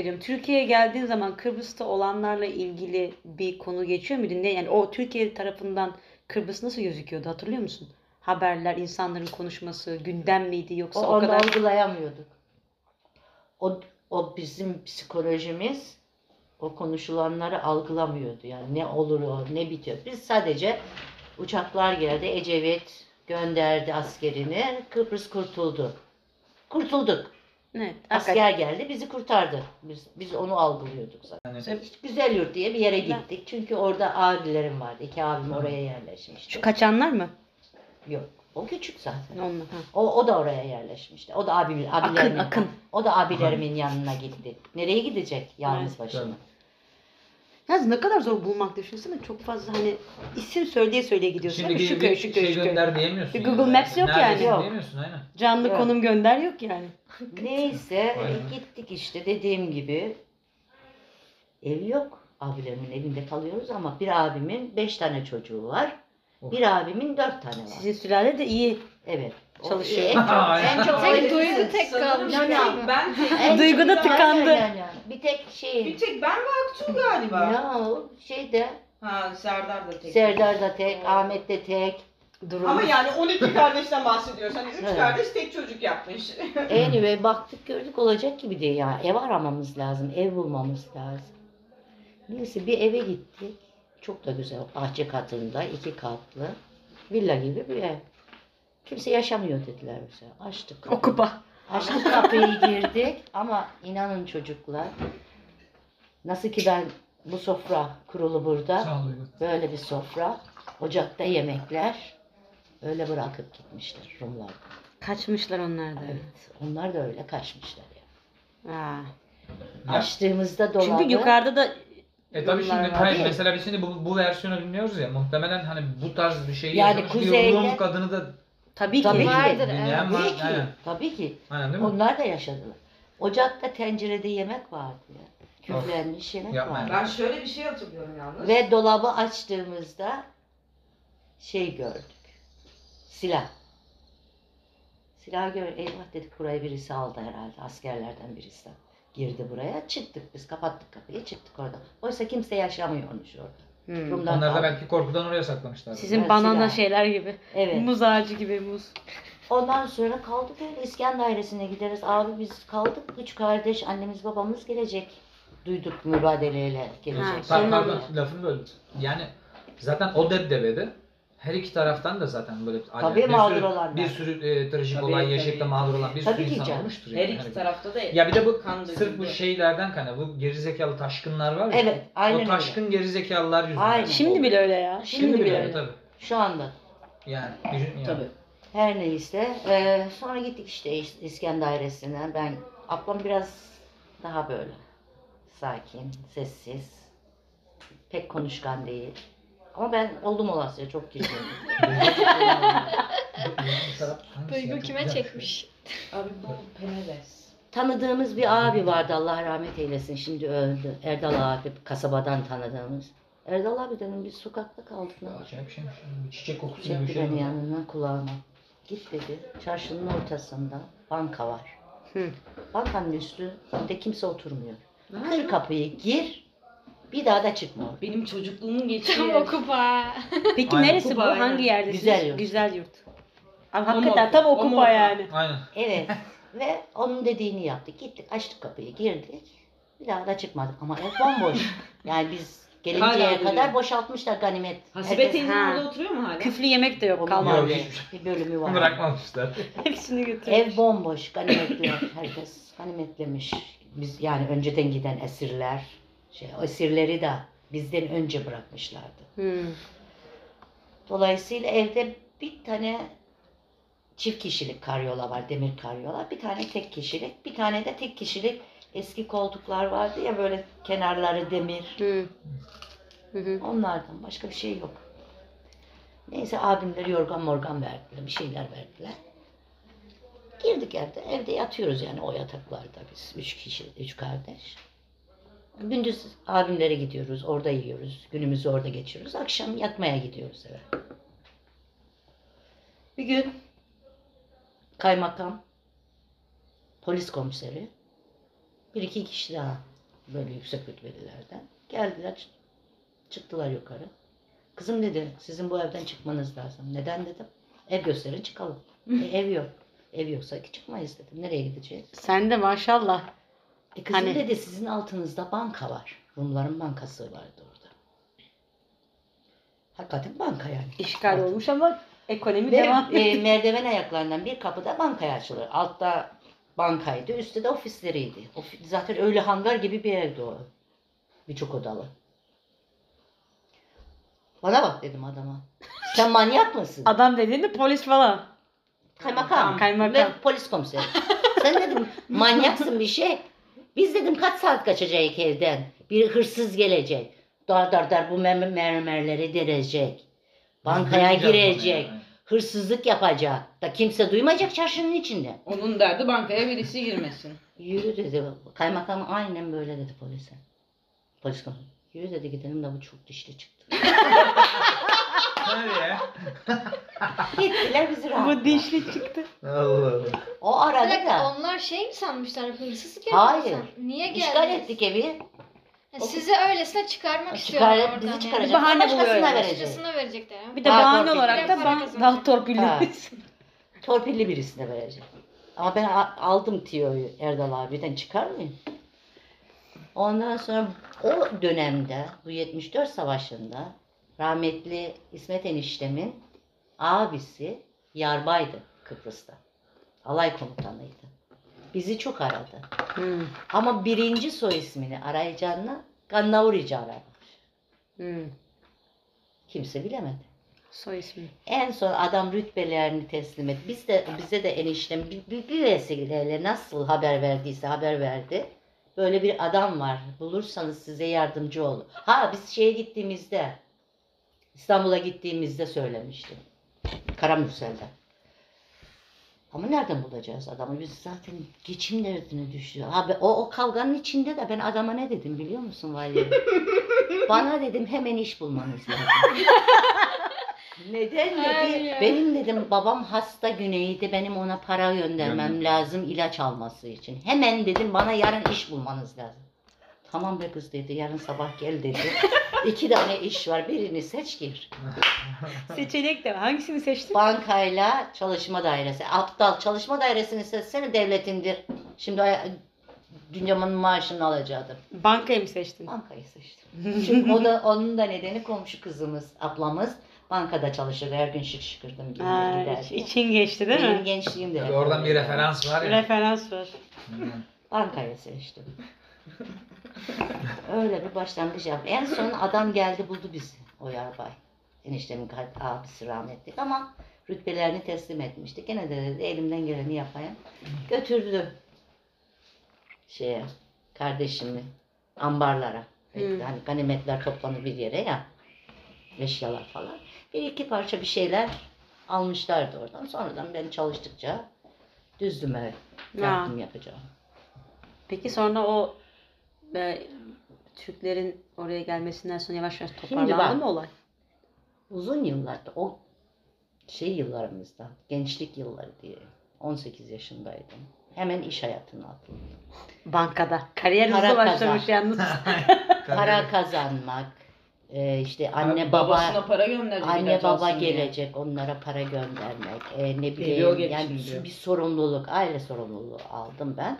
ediyorum. Türkiye'ye geldiğin zaman Kıbrıs'ta olanlarla ilgili bir konu geçiyor muydu? Ne yani o Türkiye tarafından Kıbrıs nasıl gözüküyordu hatırlıyor musun? Haberler, insanların konuşması, gündem miydi yoksa o Onu kadar algılayamıyorduk. O bizim psikolojimiz o konuşulanları algılamıyordu. Yani ne olur o, ne bitiyor. Biz sadece uçaklar geldi, Ecevit gönderdi askerini, Kıbrıs kurtuldu. Kurtulduk. evet, Asker geldi, bizi kurtardı. Biz onu algılıyorduk zaten. Yani Güzel Yurt diye bir yere gittik. Çünkü orada abilerim vardı. 2 abim oraya yerleşmişti. Şu kaçanlar mı? Yok. O küçük zaten. Onunla. O da oraya yerleşmişti. O da abilerimin. Akın. O da abilerimin yanına gitti. Nereye gidecek yalnız Evet. başına? Yalnız ne kadar zor bulmak düşünsene. Çok fazla hani isim söyleye gidiyorsun. Şimdi Değil mi? Şu bir köy, şu köy, şey şu köy. gönder diyemiyorsun. Bir Google Maps yok yani. Neredesin Yok. diyemiyorsun aynen. Canlı Evet. konum gönder yok yani. Neyse Aynen. gittik işte dediğim gibi. Ev yok. Abilerimin evinde kalıyoruz ama bir abimin 5 tane çocuğu var. Of. Bir abimin 4 tane var. Sizin sülale de iyi. Evet. O Çalışıyor. En çok Tek o- Duygu tek kalmış. Yani- galiba. Ben tek, en Duygu da çok- tıkandı. Aynen. Bir tek bir tek ben ve Aktu galiba. Ya o şeyde Ha, Serdar da tek. Serdar da tek, Ahmet de tek. Durum. Ama yani 12 kardeşten bahsediyoruz. Hani 3 Evet. kardeş tek çocuk yapmış. Anyway baktık gördük olacak gibi değil ya. Ev aramamız lazım, ev bulmamız lazım. Neyse bir eve gittik. Çok da güzel. Bahçe katında 2 katlı. Villa gibi bir ev. Kimse yaşamıyor dediler bize. Açtık kapıyı. Okupa. Açtık kapıyı girdik ama inanın çocuklar. Nasıl ki ben bu sofra kurulu burada. Sağ ol Duygu. Böyle bir sofra. Ocakta yemekler. Öyle bırakıp gitmişler Rumlar. Kaçmışlar onlar da. Evet. Onlar da öyle kaçmışlar ya. Ha. Ya, Açtığımızda dolabı. Çünkü yukarıda da tabii Rumlar şimdi var hayır değil. mesela biz şimdi bu versiyonu bilmiyoruz ya muhtemelen hani bu tarz bir şeyi Yani yaşamış bir kuzeyde- Rum kadını da tabii ki. Tabii ki. Vardır, dinleyen evet. var. Tabii ki. Aynen. Tabii ki. Aynen değil mi? Onlar da yaşadılar. Ocakta tencerede yemek vardı ya. Küflenmiş yemek Yapma vardı. Ben şöyle bir şey hatırlıyorum yalnız. Ve dolabı açtığımızda şey gördük. Silah. Silah gör, eyvah dedik burayı birisi aldı herhalde. Askerlerden birisi girdi buraya. Çıktık biz kapattık kapıyı çıktık orada. Oysa kimse yaşamıyormuş orada. Hmm. Rum'dan Onlar da kaldı. belki korkudan oraya saklamışlar. Sizin Evet, banana silah. şeyler gibi. Evet. Muz ağacı gibi muz. Ondan sonra kaldık öyle iskan dairesine gideriz. Abi biz kaldık. 3 kardeş annemiz babamız gelecek. Duyduk mübadeleyle gelecek. Ha, Pardon, Sonra- lafını böldüm. Yani zaten o debdebede her iki taraftan da zaten böyle Tabii mağdur olanlar. bir sürü trajik Tabii, olay tabii. yaşayıp da mağdur olan bir Tabii sürü ki insan canım. olmuştur. Her yani. iki Hani- tarafta da Ya bir de bu kan sırf bu döküldü. şeylerden kaynağı bu gerizekalı taşkınlar var ya. Evet, aynen O öyle. taşkın gerizekalılar yüzünden. Aynen. Şimdi bile öyle ya. Şimdi, bile öyle. Tabii. Şu anda. Yani düşün yani. Tabii. Her neyse. Sonra gittik işte iskan dairesine. Ben ablam biraz daha böyle sakin, sessiz. Pek konuşkan değil. Ama ben oldum olasıya çok giriyordum. Duygu kime çekmiş? Abi bu Penedes. Tanıdığımız bir abi vardı Allah rahmet eylesin şimdi öldü. Erdal abi kasabadan tanıdığımız. Erdal abi dedim biz sokakta kaldık ne yapacağız? Acayip bir şeymiş. Bir çiçek kokusu gibi bir Çekti şey. beni yanına kulağıma. Git dedi çarşının ortasında banka var. Hı. Bankanın üstünde kimse oturmuyor. Kır kapıyı gir bir daha da çıkma. Benim çocukluğumun geçtiği Tam yer. okupa. Peki Aynen. neresi bu? Okupa, aynen. Hangi yerde? Güzel yurt. Güzel yurt. Abi O hakikaten mu? tam O mu? okupa yani. Aynen. Evet ve onun dediğini yaptık. Gittik açtık kapıyı girdik. Bir daha da çıkmadık ama ev bomboş. Yani biz gelinceye Hala kadar duruyor. boşaltmışlar ganimet. Hasibe Herkes- teyze Ha. orada oturuyor mu hala? Küflü yemek de yok Onun kalmadı. Yok, var. hiçbir Bir bölümü var. Bırakmamışlar. Hepsini götürmüş. Ev bomboş, ganimetler. Herkes ganimetlemiş. Biz yani önceden giden esirler, o esirleri de bizden önce bırakmışlardı. Hmm. Dolayısıyla evde bir tane çift kişilik karyola var, demir karyola. Bir tane tek kişilik, bir tane de tek kişilik eski koltuklar vardı ya böyle kenarları demir. Hı. Hı hı. Onlardan başka bir şey yok. Neyse abimler yorgan morgan verdiler, bir şeyler verdiler. Girdik evde yatıyoruz yani o yataklarda biz. 3 kişi, 3 kardeş. Gündüz abimlere gidiyoruz, orada yiyoruz. Günümüzü orada geçiriyoruz. Akşam yatmaya gidiyoruz eve. Bir gün kaymakam, polis komiseri, bir iki kişi daha. Böyle yüksek rütbelilerden. Geldiler, çıktılar yukarı. Kızım dedi, sizin bu evden çıkmanız lazım. Neden dedim. Ev gösterin çıkalım. Ev yok. Ev yoksa ki çıkmayız dedim. Nereye gideceğiz? Sen de maşallah. Kızım Hani- dedi sizin altınızda banka var. Rumların bankası vardı orada. Hakikaten banka yani. İşgal Altın. olmuş ama ekonomi Ve devam. merdiven ayaklarından bir kapıda bankaya açılır. Altta bankaydı, üstte de ofisleriydi. Zaten öyle hangar gibi bir evdi o. Birçok odalı. Bana bak dedim adama. Sen manyak mısın? Adam dediğinde polis falan. Kaymakam. Kaymakam. Ve polis komiseri. Sen dedim manyaksın bir şey. Biz dedim kaç saat kaçacak evden. Bir hırsız gelecek. Dar bu mermerleri delecek. Bankaya girecek. Hırsızlık yapacak. Da kimse duymayacak çarşının içinde. Onun derdi bankaya birisi girmesin. Yürü dedi. Kaymakam aynen böyle dedi polise. Polis komiseri. Yürü dedi gidelim de bu çok dişli çıktı. Nereye? Gittiler bizi rahatla. Bu dişli çıktı. Allah Allah. O Bir arada dakika, da onlar şey mi sanmışlar? Hırsızlık Hayır. yapmışlar. Niye geldiniz? işgal ettik evi. Sizi öylesine çıkarmak istiyorlar Çıkar, oradan. bizi yani. çıkaracak. Bir bahane Başkasına buluyor yani. verecek. Başkasına verecekler. ha. Bir de Daha bahane torpilli. olarak da Para kazanacak. daha torpilli. Ha. Torpilli birisine verecek. Ama ben aldım tiyoyu Erdal abiden çıkar mıyım? Ondan sonra o dönemde bu 74 savaşında rahmetli İsmet eniştemin abisi yarbaydı Kıbrıs'ta. Alay komutanıydı. Bizi çok aradı. Hmm. Ama birinci soy ismini arayacağına Gannavurici ararmış. Hmm. Kimse bilemedi. Soy ismi. En son adam rütbelerini teslim et. Bize de eniştem bir vesileyle nasıl haber verdiyse haber verdi. Böyle bir adam var. Bulursanız size yardımcı olur. Ha biz şeye gittiğimizde İstanbul'a gittiğimizde söylemiştim. Karamürsel'de. Ama nereden bulacağız adamı? Biz zaten geçim derdine düştü. Abi o kavganın içinde de ben adama ne dedim biliyor musun Vali? Bana dedim hemen iş bulmanız lazım. Neden Ay dedi? ya. Benim dedim babam hasta güneydi. Benim ona para göndermem lazım ilaç alması için. Hemen dedim bana yarın iş bulmanız lazım. Tamam be kız dedi. Yarın sabah gel dedi. 2 tane iş var. Birini seç gir. Seçenek de var. Hangisini seçtin? Bankayla çalışma dairesi. Aptal çalışma dairesini seçsene devletindir. Şimdi Dünyaman'ın maaşını alacaktım. Bankayı mı seçtin? Bankayı seçtim. Çünkü onun da nedeni komşu kızımız, ablamız bankada çalışır. Her gün şık şıkırdım gibi Ha, giderdi. için geçti değil Benim mi? gençliğim de. Tabii oradan bir referans var ya. Referans var. Bankayı seçtim. Öyle bir başlangıç yaptım. En son adam geldi buldu bizi. O yarbay. Eniştemin abisi rahmetli ama rütbelerini teslim etmişti. Gene de dedi elimden geleni yapayım. Götürdü kardeşimi ambarlara. Hani ganimetler toplanır bir yere ya. Eşyalar falan. Bir iki parça bir şeyler almışlardı oradan. Sonradan ben çalıştıkça düzdüm ev. Yaptım yapacağım. Peki sonra o Türklerin oraya gelmesinden sonra yavaş yavaş bak. toparlandı mı olay? Uzun yıllarda o yıllarımızda gençlik yılları diye 18 yaşındaydım. Hemen iş hayatına atıldım. Bankada. Kariyer Para hızlı başlamış kazan. yalnız. Para kazanmak, işte anne Abi, baba babasına para gönderecek. anne ilaç baba alsın diye. gelecek onlara para göndermek, ne Evi o bileyim yani geçindiriyor. bir sorumluluk, aile sorumluluğu aldım ben.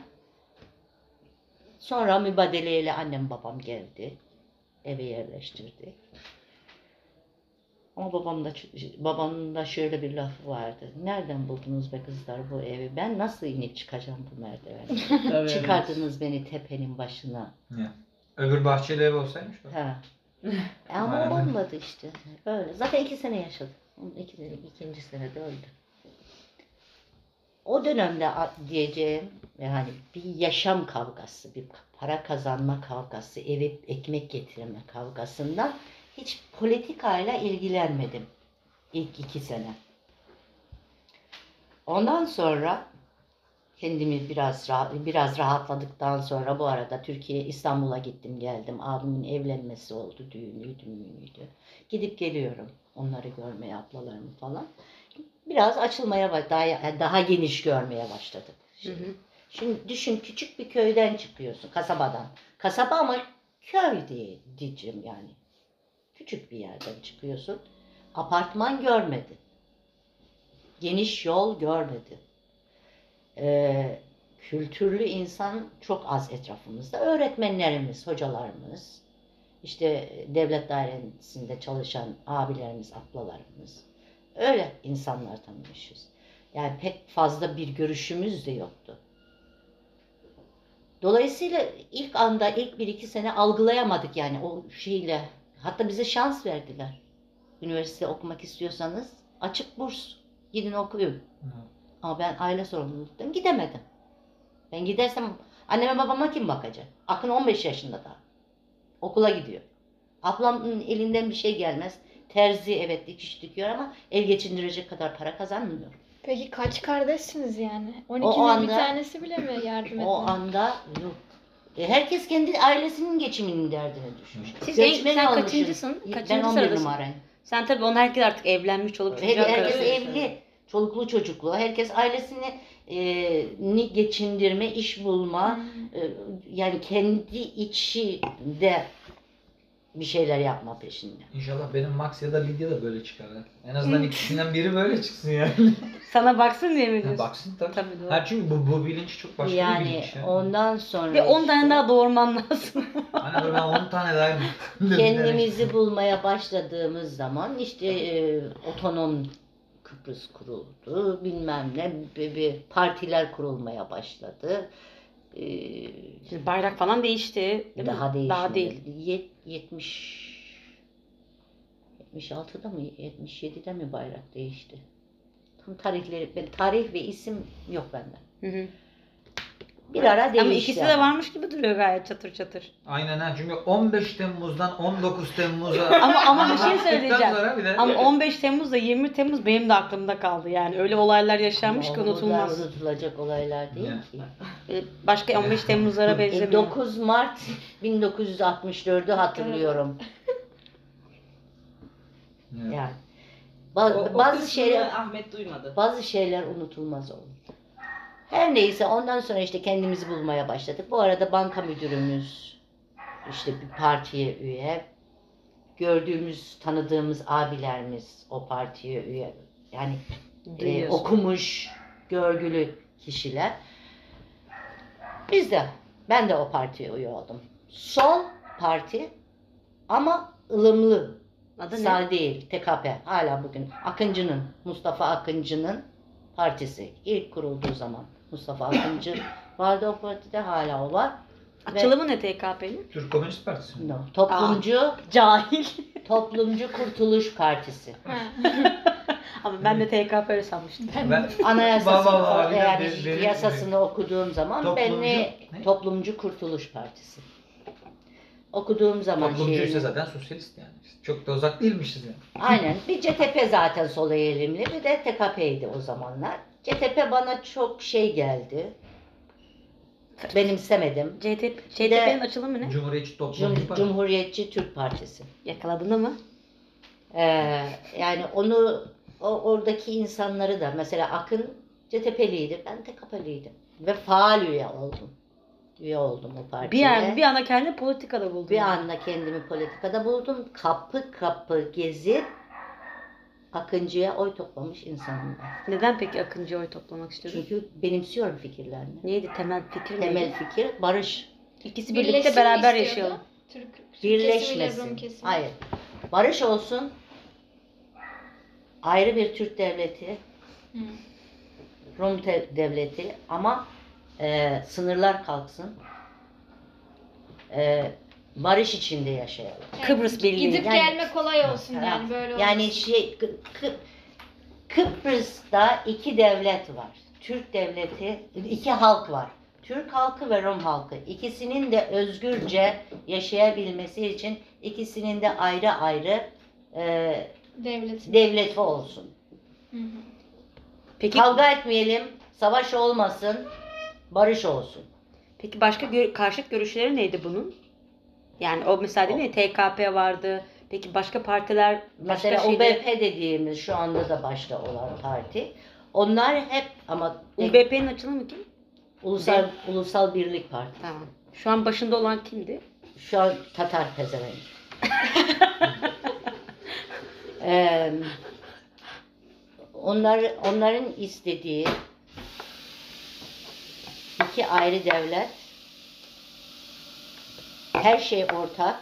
Sonra mübadeleyle annem babam geldi. Eve yerleştirdi. Ama babamın da şöyle bir lafı vardı. Nereden buldunuz be kızlar bu evi? Ben nasıl inip çıkacağım bu merdiveni? Tabii, Çıkardınız beni tepenin başına. Ya. Öbür bahçeli ev olsaymış o. Ha. Ama Aynen. olmadı işte. Öyle. Zaten 2 sene yaşadım. İkinci senede öldü. O dönemde diyeceğim yani bir yaşam kavgası, bir para kazanma kavgası, eve ekmek getirme kavgasından hiç politikayla ilgilenmedim ilk 2 sene. Ondan sonra kendimi biraz rahatladıktan sonra bu arada İstanbul'a gittim geldim. Abimin evlenmesi oldu, düğünüydü. Gidip geliyorum onları görmeye, ablalarımı falan. Biraz açılmaya daha geniş görmeye başladık. Şimdi düşün, küçük bir köyden çıkıyorsun, kasabadan. Kasaba ama köy diye diyeceğim yani. Küçük bir yerden çıkıyorsun. Apartman görmedi. Geniş yol görmedi. Kültürlü insan çok az etrafımızda. Öğretmenlerimiz, hocalarımız, işte devlet dairesinde çalışan abilerimiz, ablalarımız. Öyle insanlar tanımışız. Yani pek fazla bir görüşümüz de yoktu. Dolayısıyla ilk anda, ilk 1-2 sene algılayamadık yani o şeyle. Hatta bize şans verdiler. Üniversite okumak istiyorsanız açık burs. Gidin okuyun. Hı. Ama ben aile sorumluluktan gidemedim. Ben gidersem anneme babama kim bakacak? Akın 15 yaşında daha. Okula gidiyor. Ablamın elinden bir şey gelmez. Terzi evet dikiş dikiyor ama ev geçindirecek kadar para kazanmıyor. Peki kaç kardeşsiniz yani? 12'nin O anda- bir tanesi bile mi yardım etmedi? O anda yok. Herkes kendi ailesinin geçiminin derdine düşmüş. Siz Göçmen sen olmuşuz. kaçıncısın? Ben Kaçıncı 11 sıradasın? numarayım. Sen tabii onun herkes artık evlenmiş, çoluk çocuğa Herkes karışıyor. evli. Çoluklu çocuklu. Herkes ailesini ni geçindirme, iş bulma, yani kendi içinde bir şeyler yapma peşinde. İnşallah benim Max ya da Lidya da böyle çıkar. Ha. En azından ikisinden biri böyle çıksın yani. Sana baksın diye mi Ha, diyorsun? baksın tabii. Tabii doğru. Ha, çünkü bu bilinç çok başka bir Yani bilinç. Yani. ondan sonra Ve 10 tane işte daha doğurman lazım. Hani böyle ben 10 tane daha kendimizi bulmaya başladığımız zaman işte otonom Kıbrıs kuruldu, bilmem ne, bir partiler kurulmaya başladı. Şimdi bayrak falan değişti. Değil Daha mi? değişmedi. Daha değil. 76'da mı 77'de mi bayrak değişti? Tam tarih ve isim yok bende. Hı hı. Bir ara değişti. Ama ikisi de varmış gibi duruyor gayet çatır çatır. Aynen ha, çünkü 15 Temmuz'dan 19 Temmuz'a Ama bir şey anlattıktan söyleyeceğim. sonra bir de Ama 15 Temmuz'da 20 Temmuz benim de aklımda kaldı yani. Öyle olaylar yaşanmış ki Ama bunlar unutulmaz. unutulacak olaylar değil Ya. ki. Başka 15 Temmuz'lara benzemiyor. 9 Mart 1964'ü hatırlıyorum. Ya. Yani O bazı kısmını şeyler Ahmet duymadı. bazı şeyler unutulmaz olur. Her neyse ondan sonra işte kendimizi bulmaya başladık. Bu arada banka müdürümüz işte bir partiye üye. Gördüğümüz, tanıdığımız abilerimiz o partiye üye. Yani Duyuyorsun. okumuş, görgülü kişiler. Ben de o partiye üye oldum. Sol parti ama ılımlı. Adı ne? Sağ değil, TKP. Hala bugün Mustafa Akıncı'nın partisi. İlk kurulduğu zaman Mustafa Akıncı vardı o partide, hala o var. Açılımı ne TKP'nin? Türk Komünist Partisi. No, Cahil. Toplumcu Kurtuluş Partisi. Ha. Ama ben de TKP'yi sanmıştım. Ben Anayasasını yani benim- yasasını okuduğum zaman Toplumcu- ne? ne? Toplumcu Kurtuluş Partisi. Okuduğum zaman Toplumcuysa zaten sosyalist yani. Çok da uzak değilmişiz yani. aynen. Bir CTP zaten sol eğilimli, bir de TKP'ydi o zamanlar. CTP bana çok şey geldi. Benimsemedim. CTP'nin açılımı ne? Cumhuriyetçi Toplumcu Parti. Cumhuriyetçi Türk Partisi. Yakaladın mı? Yani oradaki insanları da mesela Akın CTP'liydi, ben TKP'liydim. Ve faal üye oldum. Üye oldum o partiye. Bir anda kendini politikada buldun. Bir anda kendimi politikada buldum. Kapı kapı gezip Akıncı'ya oy toplamış insanım ben. Neden peki Akıncı'ya oy toplamak istiyordun? Çünkü benimsiyorum fikirlerini. Neydi temel fikir neydi? Temel fikir barış. İkisi Birleşsin birlikte mi beraber istiyordu? yaşayalım. Türk kesimiyle Birleşmesin. Rum kesimi. Hayır. Barış olsun. Ayrı bir Türk devleti. Hı. Rum devleti ama sınırlar kalksın. Barış içinde yaşayalım. Yani Kıbrıs Birliği. Gidip Yani- gelme kolay olsun yani böyle Yani olmasın. Kıbrıs'ta iki devlet var. Türk devleti, iki halk var. Türk halkı ve Rum halkı. İkisinin de özgürce yaşayabilmesi için ikisinin de ayrı ayrı Devlet. devleti olsun. Hı hı. Peki, Kavga etmeyelim, savaş olmasın, barış olsun. peki başka karşıt görüşleri neydi bunun? Yani o mesela değil mi? TKP vardı. Peki başka partiler, başka Mesela şeyler... UBP dediğimiz şu anda da başta olan parti. Onlar hep ama UBP'nin açılımı kim? Ulusal Birlik Partisi. Tamam. Şu an başında olan kimdi? Şu an Tatar pezevenk. Eee, onların istediği iki ayrı devlet, her şey ortak,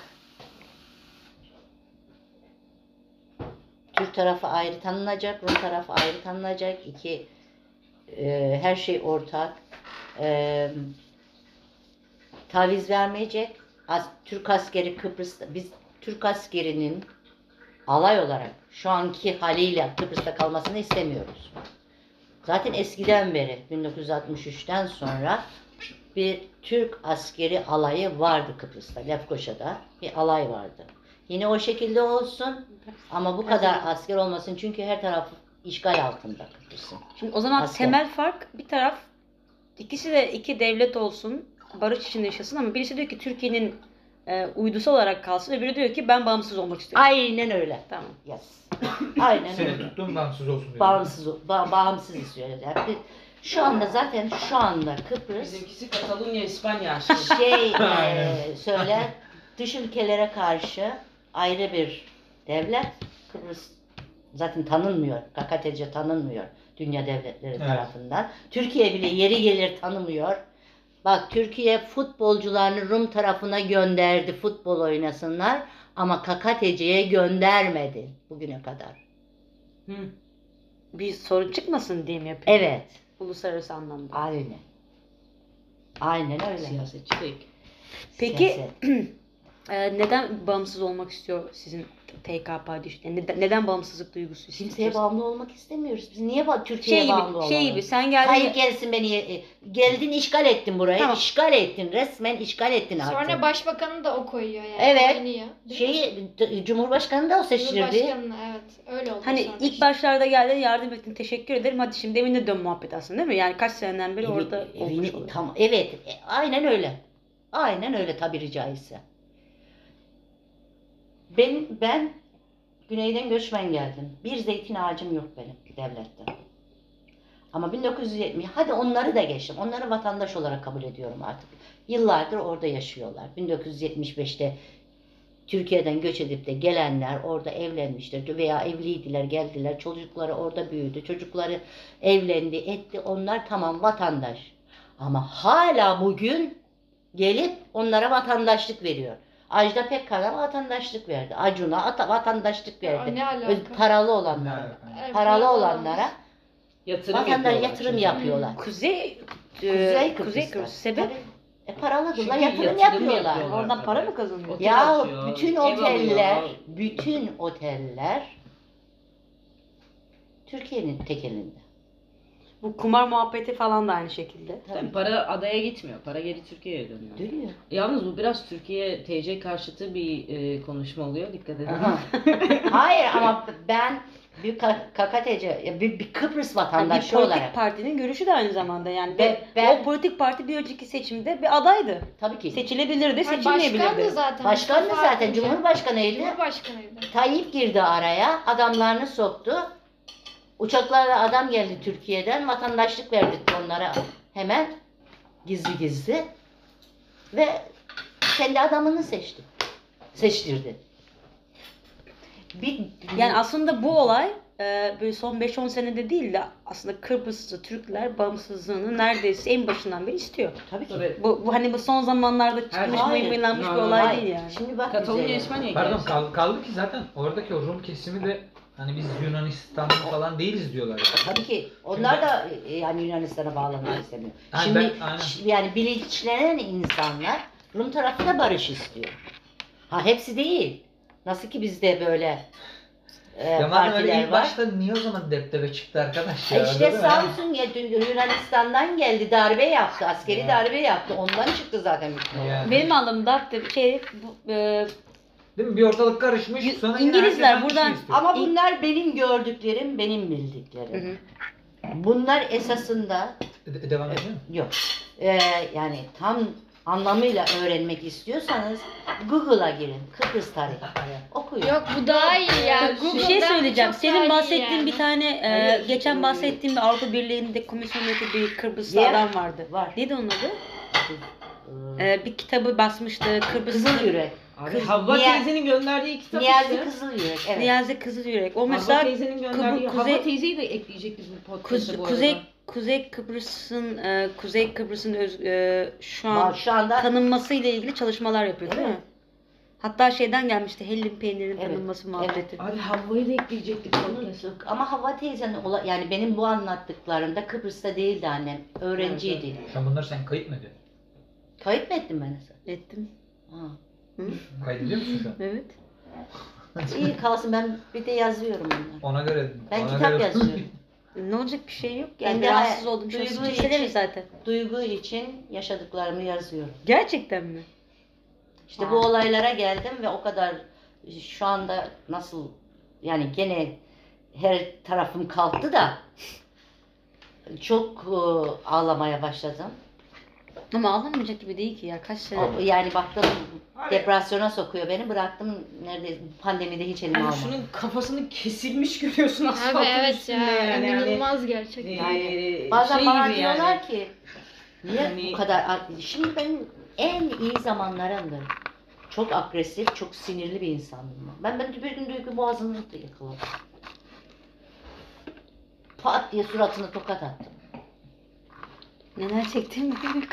Türk tarafı ayrı tanınacak, Rum tarafı ayrı tanınacak, her şey ortak, taviz vermeyecek. Türk askeri Kıbrıs'ta, biz Türk askerinin alay olarak şu anki haliyle Kıbrıs'ta kalmasını istemiyoruz. Zaten eskiden beri 1963'ten sonra bir Türk askeri alayı vardı Kıbrıs'ta. Lefkoşa'da bir alay vardı. Yine o şekilde olsun ama bu kadar asker olmasın çünkü her taraf işgal altında Kıbrıs'ın. Şimdi o zaman Asker. temel fark bir taraf ikisi de iki devlet olsun, barış içinde yaşasın ama birisi diyor ki Türkiye'nin uydusu olarak kalsın, öbürü diyor ki ben bağımsız olmak istiyorum. Aynen öyle. Tamam. Yes. Aynen Senin öyle. tuttuğun bağımsız olsun diyor. Bağımsız istiyor. Yani şu anda Kıbrıs Bizimkisi Katalunya, İspanya aşkı. söyler dış ülkelere karşı ayrı bir devlet. Kıbrıs zaten tanınmıyor. KKTC tanınmıyor dünya devletleri tarafından. Türkiye bile yeri gelir tanımıyor. Bak Türkiye futbolcularını Rum tarafına gönderdi futbol oynasınlar ama KKTC'ye göndermedi bugüne kadar. Hı. Bir sorun çıkmasın diye mi yapıyor? Evet. Uluslararası anlamda. Aynen. Aynen öyle. Siyasetçi değil. Peki Siyaset. neden bağımsız olmak istiyor sizin PKK düşünün? Neden bağımsızlık duygusu istiyor? Kimseye bağımlı olmak istemiyoruz. Biz niye Türkiye'ye bağımlı olalım? Şey gibi sen geldin. Hayır gelsin beni. Geldin işgal ettin burayı. Tamam. İşgal ettin. Resmen işgal ettin artık. Sonra başbakanı da o koyuyor yani. Evet. Oynuyor. Değil mi? Cumhurbaşkanı da o seçtirdi. Cumhurbaşkanına evet. Öyle oldu Hani sonra ilk işte. başlarda geldin yardım ettin teşekkür ederim hadi şimdi evine dön muhabbet aslında değil mi? Yani kaç seneden beri orada olmuş oluyor. Tamam. Evet. Aynen öyle. Aynen öyle tabiri caizse. Ben güneyden göçmen geldim. Bir zeytin ağacım yok benim devlette. Ama 1970 hadi onları da geçtim. Onları vatandaş olarak kabul ediyorum artık. Yıllardır orada yaşıyorlar. 1975'te Türkiye'den göç edip de gelenler orada evlenmişler veya evliydiler, geldiler. Çocukları orada büyüdü. Çocukları evlendi, etti. Onlar tamam vatandaş. Ama hala bugün gelip onlara vatandaşlık veriyor. Ajda Pekkan'a vatandaşlık verdi. Acun'a vatandaşlık verdi. Ne alaka? Paralı olanlara. Evet, Paralı olanlara Yatırım vatandaş yapıyorlar yatırım çünkü. yapıyorlar. Kuzey Kuzey Kıbrıs'ta. Kuzey Kıbrıs sebep Tabii. Paralıdırlar, Çünkü yatırım yatırım yapıyorlar. yapıyorlar. oradan para mı kazanıyor? Otel Ya açıyor, ev bütün oteller Türkiye'nin tek elinde. Bu kumar muhabbeti falan da aynı şekilde. Tabii para adaya gitmiyor. Para geri Türkiye'ye dönüyor. Dönüyor. Yalnız bu biraz Türkiye TC karşıtı bir konuşma oluyor. Dikkat edin. Aha. Hayır ama ben bir KKTC, bir Kıbrıs Yani bir vatandaşı politik olarak partinin görüşü de aynı zamanda yani. Ben- O politik parti bir önceki seçimde bir adaydı. tabii ki. Seçilebilirdi, Hayır, seçilmeyebilirdi. başkandı zaten. Başkan da Mustafa zaten Akıncı. Cumhurbaşkanıydı. Cumhurbaşkanıydı. Tayyip girdi araya, adamlarını soktu. Uçaklarla adam geldi Türkiye'den, vatandaşlık verdik onlara hemen gizli gizli ve kendi adamını seçtirdi. Yani aslında bu olay böyle son 5-10 senede değil de aslında Kıbrıslı Türkler bağımsızlığını neredeyse en başından beri istiyor. tabii ki. Tabii. Bu hani bu son zamanlarda çıkmış Hayır. mıymılanmış bir Hayır. olay değil yani. Şimdi bak Katalunya, güzelim. İspanya Pardon hikayesi. kaldı ki zaten oradaki o Rum kesimi de hani biz Yunanistan'da falan değiliz diyorlar. Tabii ki. Onlar da yani Yunanistan'a bağlanmak istemiyor. Yani Şimdi aynen. yani bilinçlenen insanlar Rum tarafı da barış istiyor. Ha hepsi değil. Nasıl ki bizde böyle Ya bana öyle partiler ilk var. başta niye o zaman deptebe çıktı arkadaş ya? İşte değil mi? Samsun Yunanistan'dan geldi, darbe yaptı, askeri darbe yaptı. Ondan çıktı zaten bütün olay. Yani. Benim anlamda şey Değil mi? Bir ortalık karışmış. Sonra yine İngilizler herkes buradan- aynı şeyi istiyor. Ama bunlar benim gördüklerim, benim bildiklerim. Bunlar esasında Devam ediyor mu? yok. Yani tam anlamıyla öğrenmek istiyorsanız Google'a girin. Kıbrıs tarihi. Okuyun. Yok bu daha iyi ya. Bir Google'dan şey söyleyeceğim. çok Senin daha iyi bahsettiğin yani. bir tane Hayır, geçen bahsettiğim bir Avrupa Birliği'nde komisyondaki bir Kıbrıslı Yeah. adam vardı. Var. Neydi onun adı? Ee, Bir kitabı basmıştı. Kızıl Yürek. Abi Havva Niye- teyzenin gönderdiği kitap Niyazi işte. Kızıl Yürek. Evet. Niyazi Kızılyürek. O Havva mesela teyzenin gönderdiği Kuzey- Havva teyzeyi de ekleyecektik bu podcast'a bu arada. Kuzey Kıbrıs'ın Kuzey Kıbrıs'ın şu an Bak, şu anda tanınması ile ilgili çalışmalar yapıyor değil Evet. mi? Hatta şeyden gelmişti Hellim peynirinin Evet, tanınması muhabbeti. Abi Havva'yı da ekleyecektik podcast'a. ama Havva teyzenin yani benim bu anlattıklarımda Kıbrıs'ta değildi annem. Öğrenciydi. Şu an bunları sen kayıt mı ediyorsun? Kayıt mı ettim ben sana? Ettim. Ha. Kaydediyor musun şu an? Evet. İyi kalsın, ben bir de yazıyorum bunları. Ona göre. Ben ona kitap göre- yazıyorum. Ne olacak bir şey yok. Yani Kendi rahatsız oldum. Şu an duygu hissederiz için- zaten. Duygu için yaşadıklarımı yazıyorum. Gerçekten mi? İşte bu olaylara geldim ve o kadar şu anda nasıl yani gene her tarafım kalktı da çok ağlamaya başladım. Ama ağlamayacak gibi değil ki ya. Kaç sene. Yani baktım depresyona sokuyor beni, bıraktım neredeyse pandemide hiç elime Yani almadım. şunun kafasını kesilmiş görüyorsun asfaltın Abi evet üstünde ya. yani. İnanılmaz gerçekten. Yani bazen şey bana gibi diyorlar yani. ki niye Yani- bu kadar şimdi benim en iyi zamanlarımdır. Çok agresif, çok sinirli bir insandım. Ben bir gün duygu boğazını yakaladım. Pat diye suratına tokat attım. Neler çektiğimi bilmiyorum.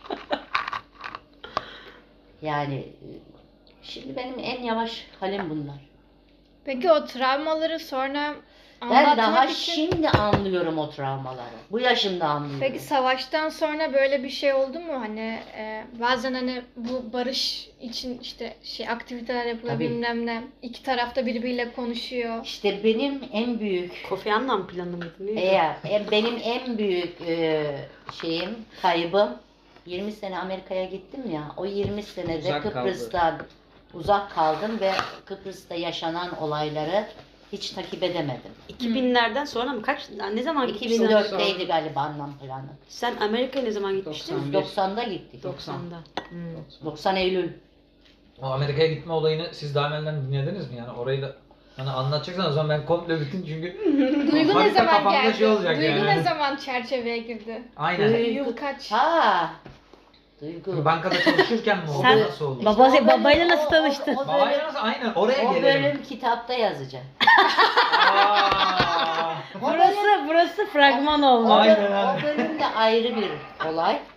Yani şimdi benim en yavaş halim bunlar. Peki o travmaları sonra Ben anlatmak daha için... şimdi anlıyorum o travmaları. Bu yaşımda anlıyorum. Peki savaştan sonra böyle bir şey oldu mu? Hani bazen hani bu barış için işte aktiviteler yapılıyor Tabii. bilmem ne. İki tarafta birbiriyle konuşuyor. İşte benim en büyük Kofi Annan planı mıydı? Neydi? benim en büyük kaybım 20 sene Amerika'ya gittim ya. O 20 senede Uzak Kıbrıs'tan uzak kaldım ve Kıbrıs'ta yaşanan olayları hiç takip edemedim. 2000'lerden sonra mı? Ne zaman gitmiştin? 2004'teydi galiba anlam planı. Sen Amerika'ya ne zaman gitmiştin? 91. 90'da gittik. 90'da. 90 Eylül. O Amerika'ya gitme olayını siz daha evvelden dinlediniz mi? Yani orayı da hani anlatacaksan o zaman ben komple bütün çünkü Duygu ne harita zaman kafamda geldi? şey olacak Duygu yani. ne zaman çerçeveye girdi? Aynen. Yıl kaç? Ha. Duygu. Bankada çalışırken mi oldu? Sen- Nasıl oldu? Baba- O bölüm- babayla nasıl tanıştın? O Babayla bölüm, nasıl? Aynen oraya o gelelim. bölüm kitapta yazacağım. Aa! Burası fragman O, oldu. Aynen, bölüm, aynen. o bölüm de ayrı bir olay.